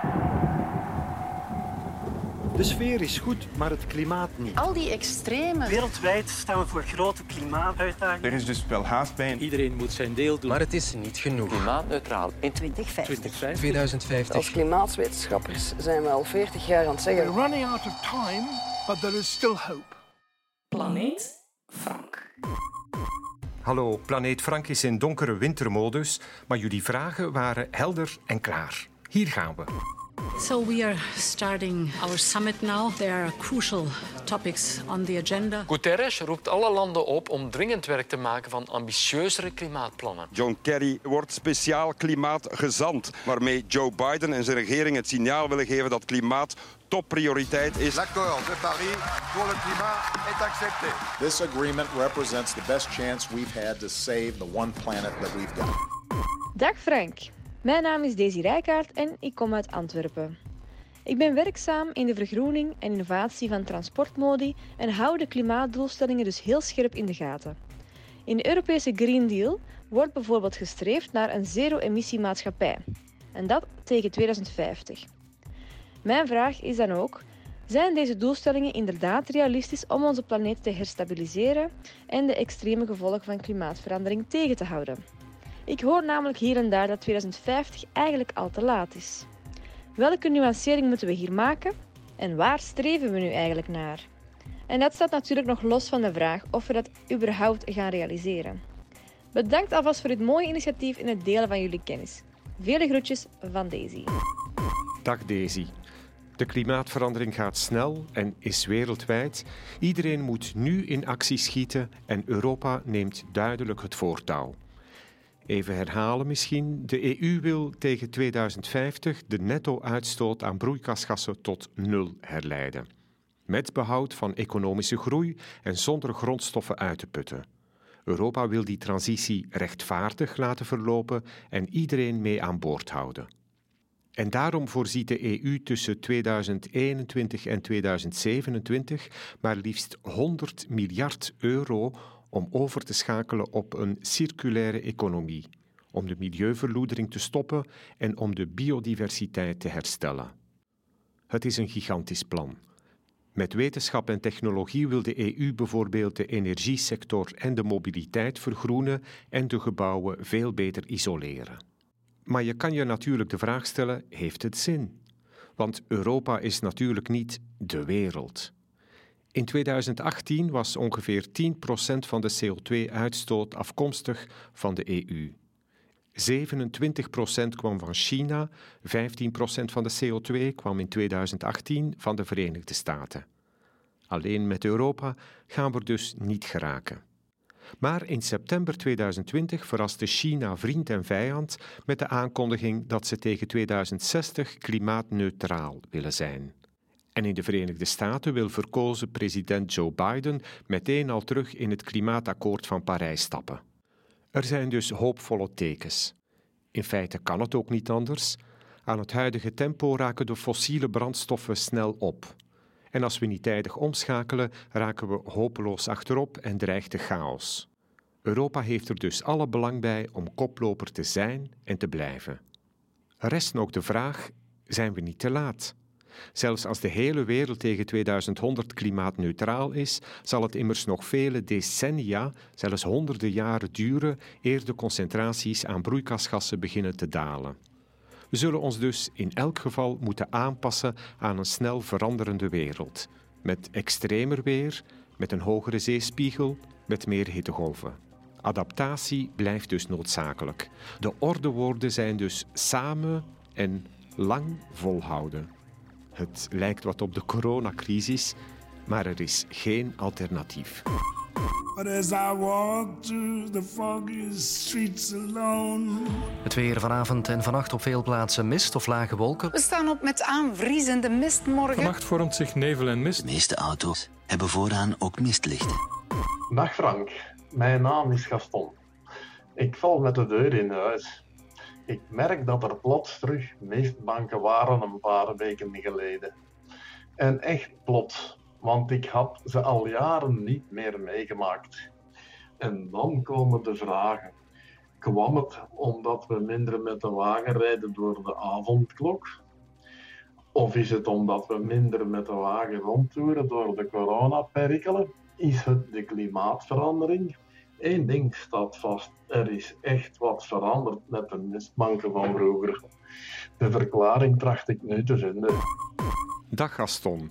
De sfeer is goed, maar het klimaat niet. Al die extreme. Wereldwijd staan we voor grote klimaatuitdagingen. Er is dus wel haast bij. Iedereen moet zijn deel doen. Maar het is niet genoeg. Klimaatneutraal in 2050. 2050. Als klimaatwetenschappers zijn we al 40 jaar aan het zeggen. We're running out of time, but there is still hope. Planeet Frank. Hallo, Planeet Frank is in donkere wintermodus, maar jullie vragen waren helder en klaar. Hier gaan we. So we are starting our summit now. There are crucial topics on the agenda. Guterres roept alle landen op om dringend werk te maken van ambitieuzere klimaatplannen. John Kerry wordt speciaal klimaatgezant, waarmee Joe Biden en zijn regering het signaal willen geven dat klimaat topprioriteit is. L'accord de Paris pour le climat est accepté. This agreement represents the best chance we've had to save the one planet that we've got. Dag Frank. Mijn naam is Daisy Rijkaard en ik kom uit Antwerpen. Ik ben werkzaam in de vergroening en innovatie van transportmodi en hou de klimaatdoelstellingen dus heel scherp in de gaten. In de Europese Green Deal wordt bijvoorbeeld gestreefd naar een zero-emissiemaatschappij. En dat tegen 2050. Mijn vraag is dan ook, zijn deze doelstellingen inderdaad realistisch om onze planeet te herstabiliseren en de extreme gevolgen van klimaatverandering tegen te houden? Ik hoor namelijk hier en daar dat 2050 eigenlijk al te laat is. Welke nuancering moeten we hier maken? En waar streven we nu eigenlijk naar? En dat staat natuurlijk nog los van de vraag of we dat überhaupt gaan realiseren. Bedankt alvast voor dit mooie initiatief en het delen van jullie kennis. Vele groetjes van Daisy. Dag Daisy. De klimaatverandering gaat snel en is wereldwijd. Iedereen moet nu in actie schieten en Europa neemt duidelijk het voortouw. Even herhalen misschien. De EU wil tegen 2050 de netto-uitstoot aan broeikasgassen tot 0 herleiden. Met behoud van economische groei en zonder grondstoffen uit te putten. Europa wil die transitie rechtvaardig laten verlopen en iedereen mee aan boord houden. En daarom voorziet de EU tussen 2021 en 2027 maar liefst 100 miljard euro om over te schakelen op een circulaire economie, om de milieuverloedering te stoppen en om de biodiversiteit te herstellen. Het is een gigantisch plan. Met wetenschap en technologie wil de EU bijvoorbeeld de energiesector en de mobiliteit vergroenen en de gebouwen veel beter isoleren. Maar je kan je natuurlijk de vraag stellen, heeft het zin? Want Europa is natuurlijk niet de wereld. In 2018 was ongeveer 10% van de CO2-uitstoot afkomstig van de EU. 27% kwam van China, 15% van de CO2 kwam in 2018 van de Verenigde Staten. Alleen met Europa gaan we dus niet geraken. Maar in september 2020 verraste China vriend en vijand met de aankondiging dat ze tegen 2060 klimaatneutraal willen zijn. En in de Verenigde Staten wil verkozen president Joe Biden meteen al terug in het klimaatakkoord van Parijs stappen. Er zijn dus hoopvolle tekens. In feite kan het ook niet anders. Aan het huidige tempo raken de fossiele brandstoffen snel op. En als we niet tijdig omschakelen, raken we hopeloos achterop en dreigt de chaos. Europa heeft er dus alle belang bij om koploper te zijn en te blijven. Er rest nog de vraag, zijn we niet te laat? Zelfs als de hele wereld tegen 2100 klimaatneutraal is, zal het immers nog vele decennia, zelfs honderden jaren duren, eer de concentraties aan broeikasgassen beginnen te dalen. We zullen ons dus in elk geval moeten aanpassen aan een snel veranderende wereld. Met extremer weer, met een hogere zeespiegel, met meer hittegolven. Adaptatie blijft dus noodzakelijk. De ordewoorden zijn dus samen en lang volhouden. Het lijkt wat op de coronacrisis, maar er is geen alternatief. But as I walk through the foggy streets alone. Het weer vanavond en vannacht op veel plaatsen mist of lage wolken. We staan op met aanvriezende mist morgen. Vannacht vormt zich nevel en mist. De meeste auto's hebben vooraan ook mistlichten. Dag Frank, mijn naam is Gaston. Ik val met de deur in huis. Ik merk dat er plots terug mistbanken waren een paar weken geleden. En echt plots, want ik had ze al jaren niet meer meegemaakt. En dan komen de vragen. Kwam het omdat we minder met de wagen rijden door de avondklok? Of is het omdat we minder met de wagen rondtoeren door de coronaperikelen? Is het de klimaatverandering? Eén ding staat vast, er is echt wat veranderd met de mistbanken van vroeger. De verklaring tracht ik nu te vinden. Dag Gaston.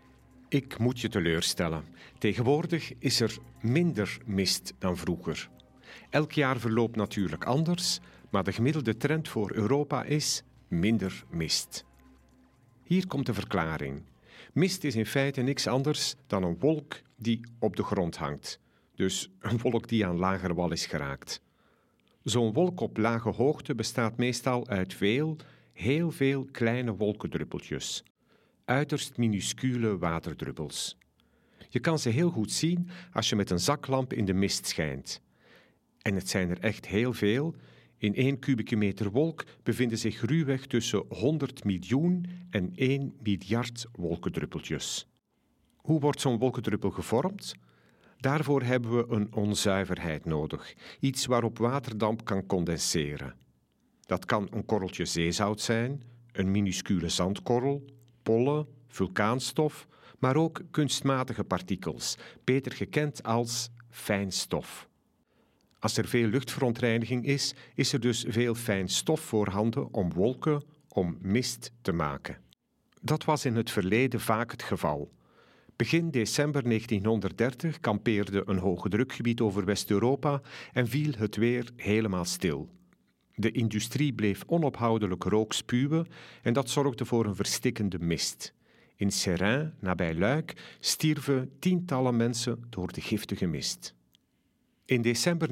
Ik moet je teleurstellen. Tegenwoordig is er minder mist dan vroeger. Elk jaar verloopt natuurlijk anders, maar de gemiddelde trend voor Europa is minder mist. Hier komt de verklaring. Mist is in feite niks anders dan een wolk die op de grond hangt. Dus een wolk die aan lagere wal is geraakt. Zo'n wolk op lage hoogte bestaat meestal uit heel veel kleine wolkendruppeltjes. Uiterst minuscule waterdruppels. Je kan ze heel goed zien als je met een zaklamp in de mist schijnt. En het zijn er echt heel veel. In 1 kubieke meter wolk bevinden zich ruwweg tussen 100 miljoen en 1 miljard wolkendruppeltjes. Hoe wordt zo'n wolkendruppel gevormd? Daarvoor hebben we een onzuiverheid nodig, iets waarop waterdamp kan condenseren. Dat kan een korreltje zeezout zijn, een minuscule zandkorrel, pollen, vulkaanstof, maar ook kunstmatige partikels, beter gekend als fijnstof. Als er veel luchtverontreiniging is er dus veel fijn stof voorhanden om wolken, om mist te maken. Dat was in het verleden vaak het geval. Begin december 1930 kampeerde een hoge drukgebied over West-Europa en viel het weer helemaal stil. De industrie bleef onophoudelijk rook spuwen en dat zorgde voor een verstikkende mist. In Seraing, nabij Luik, stierven tientallen mensen door de giftige mist. In december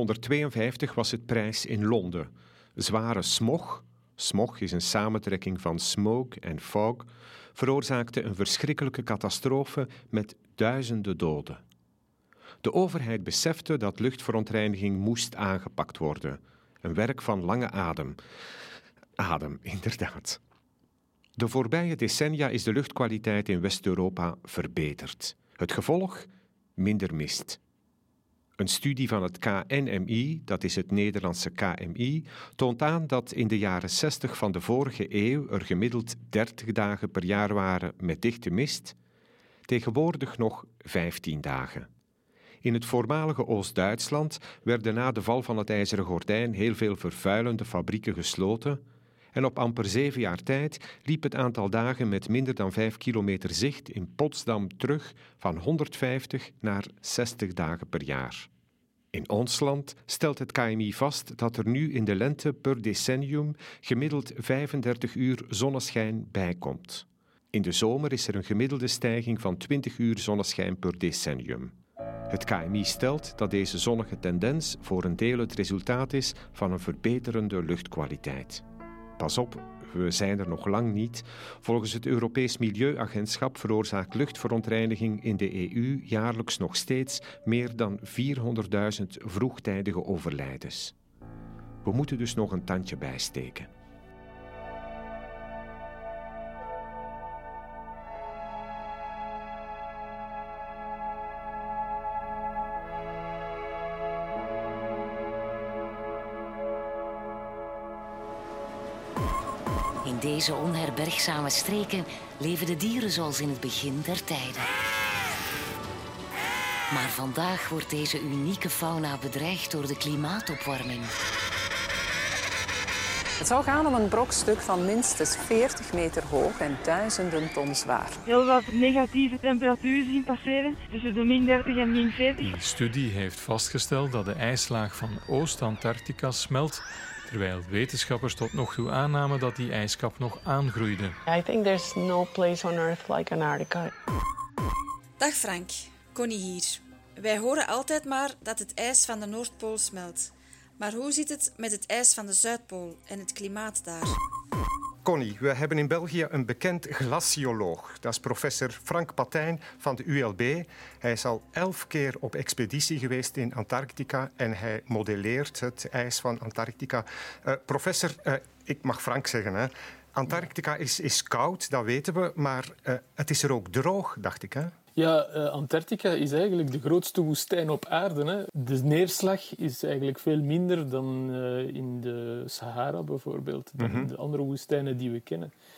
1952 was het prijs in Londen. Zware smog, smog is een samentrekking van smoke en fog, veroorzaakte een verschrikkelijke catastrofe met duizenden doden. De overheid besefte dat luchtverontreiniging moest aangepakt worden. Een werk van lange adem. Adem, inderdaad. De voorbije decennia is de luchtkwaliteit in West-Europa verbeterd. Het gevolg? Minder mist. Een studie van het KNMI, dat is het Nederlandse KMI, toont aan dat in de jaren 60 van de vorige eeuw er gemiddeld 30 dagen per jaar waren met dichte mist, tegenwoordig nog 15 dagen. In het voormalige Oost-Duitsland werden na de val van het IJzeren Gordijn heel veel vervuilende fabrieken gesloten en op amper 7 jaar tijd liep het aantal dagen met minder dan 5 kilometer zicht in Potsdam terug van 150 naar 60 dagen per jaar. In ons land stelt het KMI vast dat er nu in de lente per decennium gemiddeld 35 uur zonneschijn bijkomt. In de zomer is er een gemiddelde stijging van 20 uur zonneschijn per decennium. Het KMI stelt dat deze zonnige tendens voor een deel het resultaat is van een verbeterende luchtkwaliteit. Pas op, we zijn er nog lang niet. Volgens het Europees Milieuagentschap veroorzaakt luchtverontreiniging in de EU jaarlijks nog steeds meer dan 400.000 vroegtijdige overlijdens. We moeten dus nog een tandje bijsteken. In deze onherbergzame streken leven de dieren zoals in het begin der tijden. Maar vandaag wordt deze unieke fauna bedreigd door de klimaatopwarming. Het zou gaan om een brokstuk van minstens 40 meter hoog en duizenden ton zwaar. Heel wat negatieve temperaturen zien passeren, tussen de min 30 en min 40. De studie heeft vastgesteld dat de ijslaag van Oost-Antarctica smelt, terwijl wetenschappers tot nog toe aannamen dat die ijskap nog aangroeide. I think there's no place on Earth like Antarctica. Dag Frank, Connie hier. Wij horen altijd maar dat het ijs van de Noordpool smelt. Maar hoe zit het met het ijs van de Zuidpool en het klimaat daar? Connie, we hebben in België een bekend glacioloog. Dat is professor Frank Patijn van de ULB. Hij is al 11 keer op expeditie geweest in Antarctica en hij modelleert het ijs van Antarctica. Professor, ik mag Frank zeggen, hè. Antarctica is koud, dat weten we, maar het is er ook droog, dacht ik, hè? Ja, Antarctica is eigenlijk de grootste woestijn op aarde, hè. De neerslag is eigenlijk veel minder dan in de Sahara bijvoorbeeld, dan de andere woestijnen die we kennen.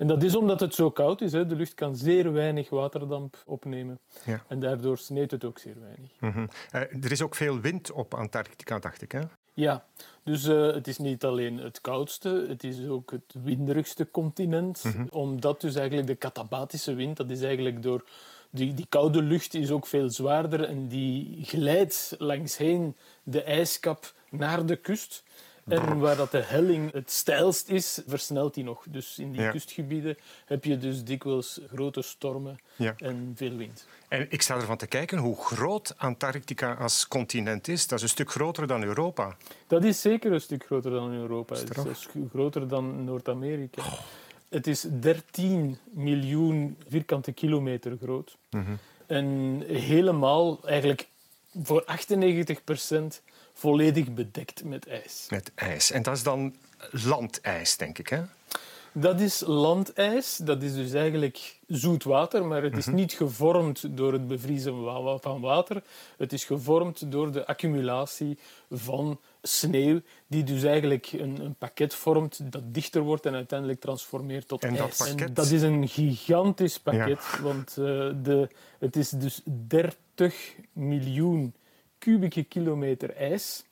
En dat is omdat het zo koud is. Hè. De lucht kan zeer weinig waterdamp opnemen. Ja. En daardoor sneeuwt het ook zeer weinig. Er is ook veel wind op Antarctica, dacht ik, hè? Ja, dus het is niet alleen het koudste, het is ook het winderigste continent. Omdat dus eigenlijk de katabatische wind, dat is eigenlijk door... Die koude lucht is ook veel zwaarder en die glijdt langsheen de ijskap naar de kust. En waar dat de helling het steilst is, versnelt die nog. Dus in die kustgebieden heb je dus dikwijls grote stormen en veel wind. En ik sta ervan te kijken hoe groot Antarctica als continent is. Dat is een stuk groter dan Europa. Dat is zeker een stuk groter dan Europa. Het is zelfs groter dan Noord-Amerika. Het is 13 miljoen vierkante kilometer groot. En helemaal, eigenlijk voor 98% volledig bedekt met ijs. Met ijs. En dat is dan landijs, denk ik, hè? Dat is landijs. Dat is dus eigenlijk zoet water, maar het is niet gevormd door het bevriezen van water. Het is gevormd door de accumulatie van sneeuw, die dus eigenlijk een pakket vormt dat dichter wordt en uiteindelijk transformeert tot ijs. En dat is een gigantisch pakket, want het is dus 30 miljoen kubieke kilometer ijs.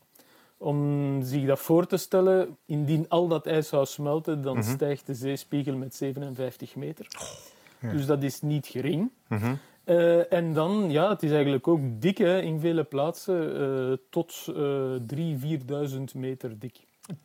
Om zich dat voor te stellen, indien al dat ijs zou smelten, dan stijgt de zeespiegel met 57 meter. Dus dat is niet gering. En dan, het is eigenlijk ook dik, hè, in vele plaatsen, tot 3.000-4.000 meter dik.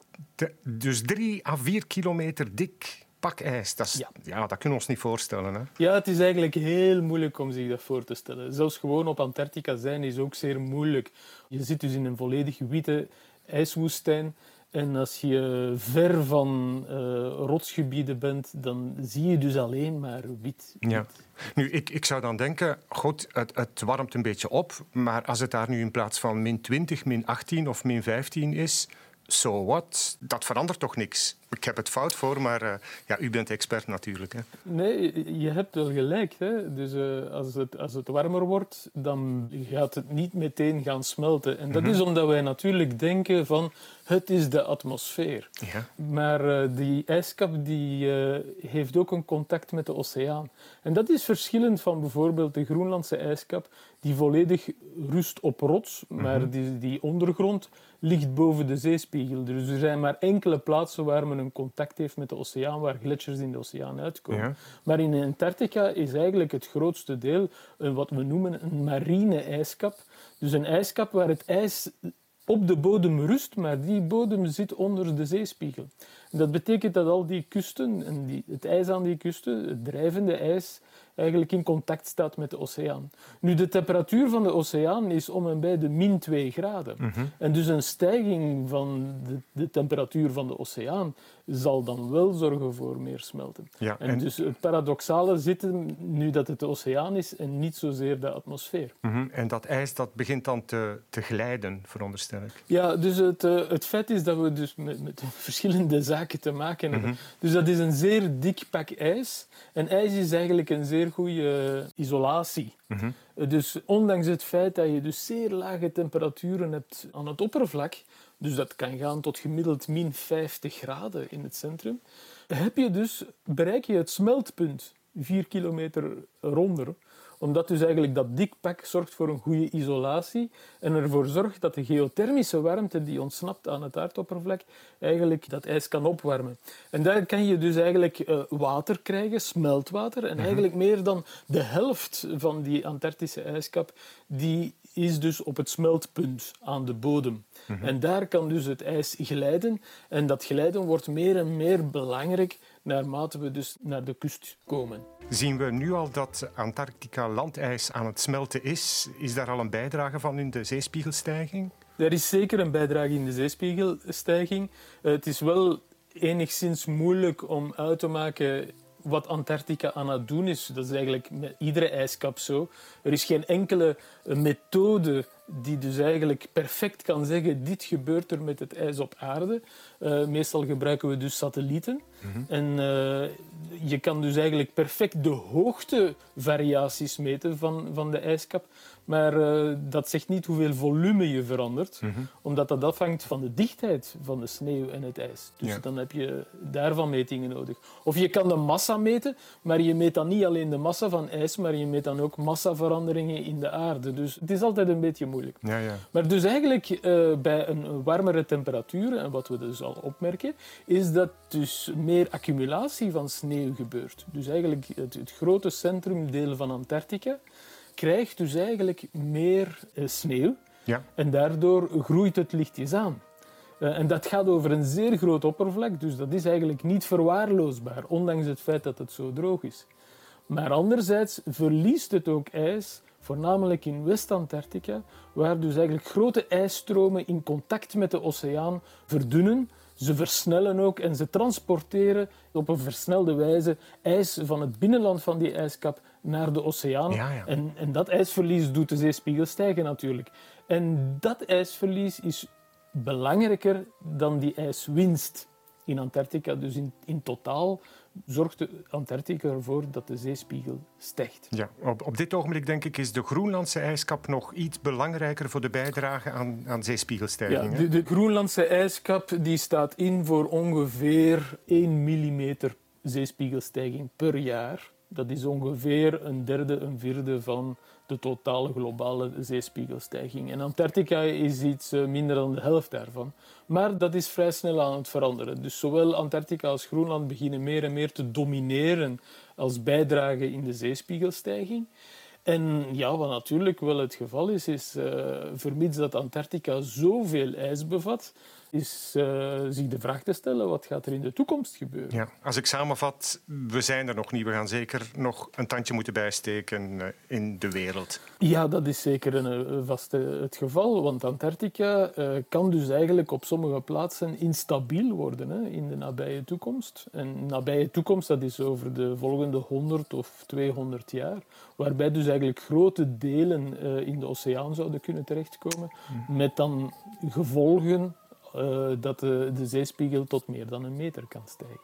Dus 3 à 4 kilometer dik pak ijs. Dat kunnen we ons niet voorstellen. Hè? Ja, het is eigenlijk heel moeilijk om zich dat voor te stellen. Zelfs gewoon op Antarctica zijn is ook zeer moeilijk. Je zit dus in een volledig witte ijswoestijn. En als je ver van rotsgebieden bent, dan zie je dus alleen maar wit. Ja. Nu, ik zou dan denken, goed, het warmt een beetje op, maar als het daar nu in plaats van -20, -18 of -15 is, so what? Dat verandert toch niks? Ik heb het fout voor, maar u bent expert natuurlijk. Hè? Nee, je hebt wel gelijk. Hè? Dus als het warmer wordt, dan gaat het niet meteen gaan smelten. En dat is omdat wij natuurlijk denken van het is de atmosfeer. Ja. Maar die ijskap die, heeft ook een contact met de oceaan. En dat is verschillend van bijvoorbeeld de Groenlandse ijskap, die volledig rust op rots, maar die ondergrond ligt boven de zeespiegel. Dus er zijn maar enkele plaatsen waar men een contact heeft met de oceaan, waar gletsjers in de oceaan uitkomen. Ja. Maar in Antarctica is eigenlijk het grootste deel wat we noemen een marine ijskap. Dus een ijskap waar het ijs op de bodem rust, maar die bodem zit onder de zeespiegel. En dat betekent dat al die kusten, en het ijs aan die kusten, het drijvende ijs, eigenlijk in contact staat met de oceaan. Nu, de temperatuur van de oceaan is om en bij de -2 graden. En dus een stijging van de temperatuur van de oceaan zal dan wel zorgen voor meer smelten. Ja, en dus het paradoxale zit nu dat het de oceaan is en niet zozeer de atmosfeer. En dat ijs dat begint dan te glijden, veronderstel ik. Ja, dus het feit is dat we dus met verschillende zaken te maken hebben. Dus dat is een zeer dik pak ijs. En ijs is eigenlijk een zeer goede isolatie. Dus ondanks het feit dat je dus zeer lage temperaturen hebt aan het oppervlak, dus dat kan gaan tot gemiddeld -50 graden in het centrum, bereik je het smeltpunt 4 kilometer eronder. Omdat dus eigenlijk dat dik pak zorgt voor een goede isolatie en ervoor zorgt dat de geothermische warmte die ontsnapt aan het aardoppervlak eigenlijk dat ijs kan opwarmen. En daar kan je dus eigenlijk water krijgen, smeltwater. En eigenlijk meer dan de helft van die Antarctische ijskap die is dus op het smeltpunt aan de bodem. En daar kan dus het ijs glijden. En dat glijden wordt meer en meer belangrijk naarmate we dus naar de kust komen. Zien we nu al dat Antarctica landijs aan het smelten is? Is daar al een bijdrage van in de zeespiegelstijging? Er is zeker een bijdrage in de zeespiegelstijging. Het is wel enigszins moeilijk om uit te maken wat Antarctica aan het doen is. Dat is eigenlijk met iedere ijskap zo. Er is geen enkele methode die dus eigenlijk perfect kan zeggen dit gebeurt er met het ijs op aarde. Meestal gebruiken we dus satellieten. En je kan dus eigenlijk perfect de hoogtevariaties meten van de ijskap. Maar dat zegt niet hoeveel volume je verandert, omdat dat afhangt van de dichtheid van de sneeuw en het ijs. Dus dan heb je daarvan metingen nodig. Of je kan de massa meten, maar je meet dan niet alleen de massa van ijs, maar je meet dan ook massaveranderingen in de aarde. Dus het is altijd een beetje moeilijk. Ja. Maar dus eigenlijk bij een warmere temperatuur, en wat we dus al opmerken, is dat dus meer accumulatie van sneeuw gebeurt. Dus eigenlijk het grote centrumdeel van Antarctica krijgt dus eigenlijk meer sneeuw. Ja. En daardoor groeit het lichtjes aan. En dat gaat over een zeer groot oppervlak, dus dat is eigenlijk niet verwaarloosbaar, ondanks het feit dat het zo droog is. Maar anderzijds verliest het ook ijs, voornamelijk in West-Antarctica, waar dus eigenlijk grote ijsstromen in contact met de oceaan verdunnen. Ze versnellen ook en ze transporteren op een versnelde wijze ijs van het binnenland van die ijskap naar de oceaan. Ja. En dat ijsverlies doet de zeespiegel stijgen natuurlijk. En dat ijsverlies is belangrijker dan die ijswinst in Antarctica. Dus in totaal zorgt Antarctica ervoor dat de zeespiegel stijgt. Ja, op dit ogenblik denk ik is de Groenlandse ijskap nog iets belangrijker voor de bijdrage aan zeespiegelstijging. Ja, de Groenlandse ijskap die staat in voor ongeveer 1 millimeter zeespiegelstijging per jaar. Dat is ongeveer een derde, een vierde van de totale globale zeespiegelstijging. En Antarctica is iets minder dan de helft daarvan. Maar dat is vrij snel aan het veranderen. Dus zowel Antarctica als Groenland beginnen meer en meer te domineren als bijdrage in de zeespiegelstijging. En ja, wat natuurlijk wel het geval is vermits dat Antarctica zoveel ijs bevat, is zich de vraag te stellen, wat gaat er in de toekomst gebeuren? Ja, als ik samenvat, we zijn er nog niet. We gaan zeker nog een tandje moeten bijsteken in de wereld. Ja, dat is zeker vast het geval. Want Antarctica kan dus eigenlijk op sommige plaatsen instabiel worden in de nabije toekomst. En nabije toekomst, dat is over de volgende 100 of 200 jaar. Waarbij dus eigenlijk grote delen in de oceaan zouden kunnen terechtkomen. Met dan gevolgen dat de zeespiegel tot meer dan 1 meter kan stijgen.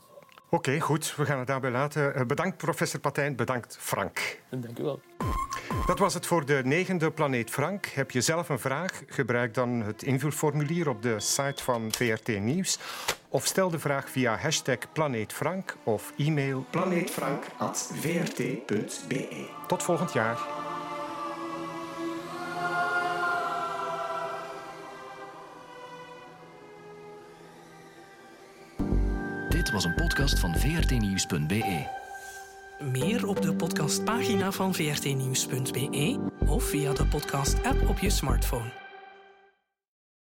Oké, goed. We gaan het daarbij laten. Bedankt professor Patijn, bedankt Frank. Dank u wel. Dat was het voor de 9e Planeet Frank. Heb je zelf een vraag? Gebruik dan het invulformulier op de site van VRT Nieuws. Of stel de vraag via #PlaneetFrank of e-mail planeetfrank@vrt.be. Tot volgend jaar. Dit was een podcast van vrtnieuws.be. Meer op de podcastpagina van vrtnieuws.be of via de podcast-app op je smartphone.